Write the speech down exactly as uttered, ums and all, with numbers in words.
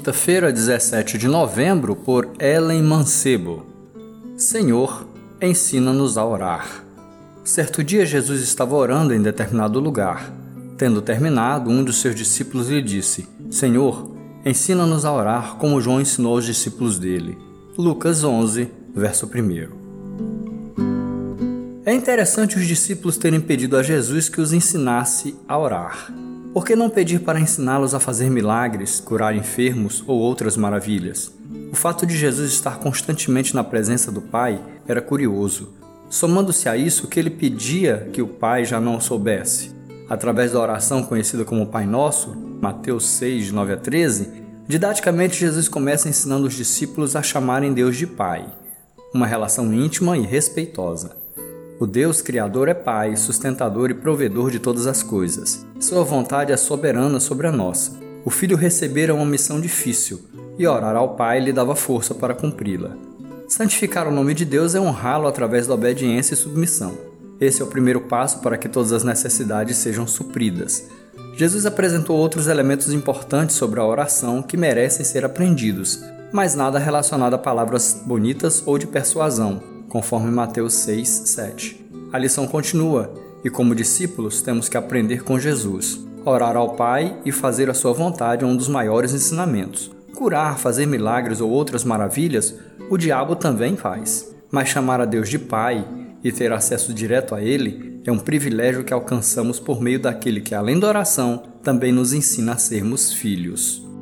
quinta-feira, dezessete de novembro, por Ellen Mancebo. Senhor, ensina-nos a orar. Certo dia Jesus estava orando em determinado lugar. Tendo terminado, um dos seus discípulos lhe disse: Senhor, ensina-nos a orar como João ensinou aos discípulos dele. Lucas onze, verso primeiro. É interessante os discípulos terem pedido a Jesus que os ensinasse a orar. Por que não pedir para ensiná-los a fazer milagres, curar enfermos ou outras maravilhas? O fato de Jesus estar constantemente na presença do Pai era curioso. Somando-se a isso, que ele pedia que o Pai já não soubesse. Através da oração conhecida como Pai Nosso, Mateus seis, de nove a treze, didaticamente Jesus começa ensinando os discípulos a chamarem Deus de Pai, uma relação íntima e respeitosa. O Deus Criador é Pai, sustentador e provedor de todas as coisas. Sua vontade é soberana sobre a nossa. O Filho recebera uma missão difícil, e orar ao Pai lhe dava força para cumpri-la. Santificar o nome de Deus é honrá-lo através da obediência e submissão. Esse é o primeiro passo para que todas as necessidades sejam supridas. Jesus apresentou outros elementos importantes sobre a oração que merecem ser aprendidos, mas nada relacionado a palavras bonitas ou de persuasão, conforme Mateus seis, sete. A lição continua, e como discípulos temos que aprender com Jesus. Orar ao Pai e fazer a sua vontade é um dos maiores ensinamentos. Curar, fazer milagres ou outras maravilhas, o diabo também faz. Mas chamar a Deus de Pai e ter acesso direto a Ele é um privilégio que alcançamos por meio daquele que, além da oração, também nos ensina a sermos filhos.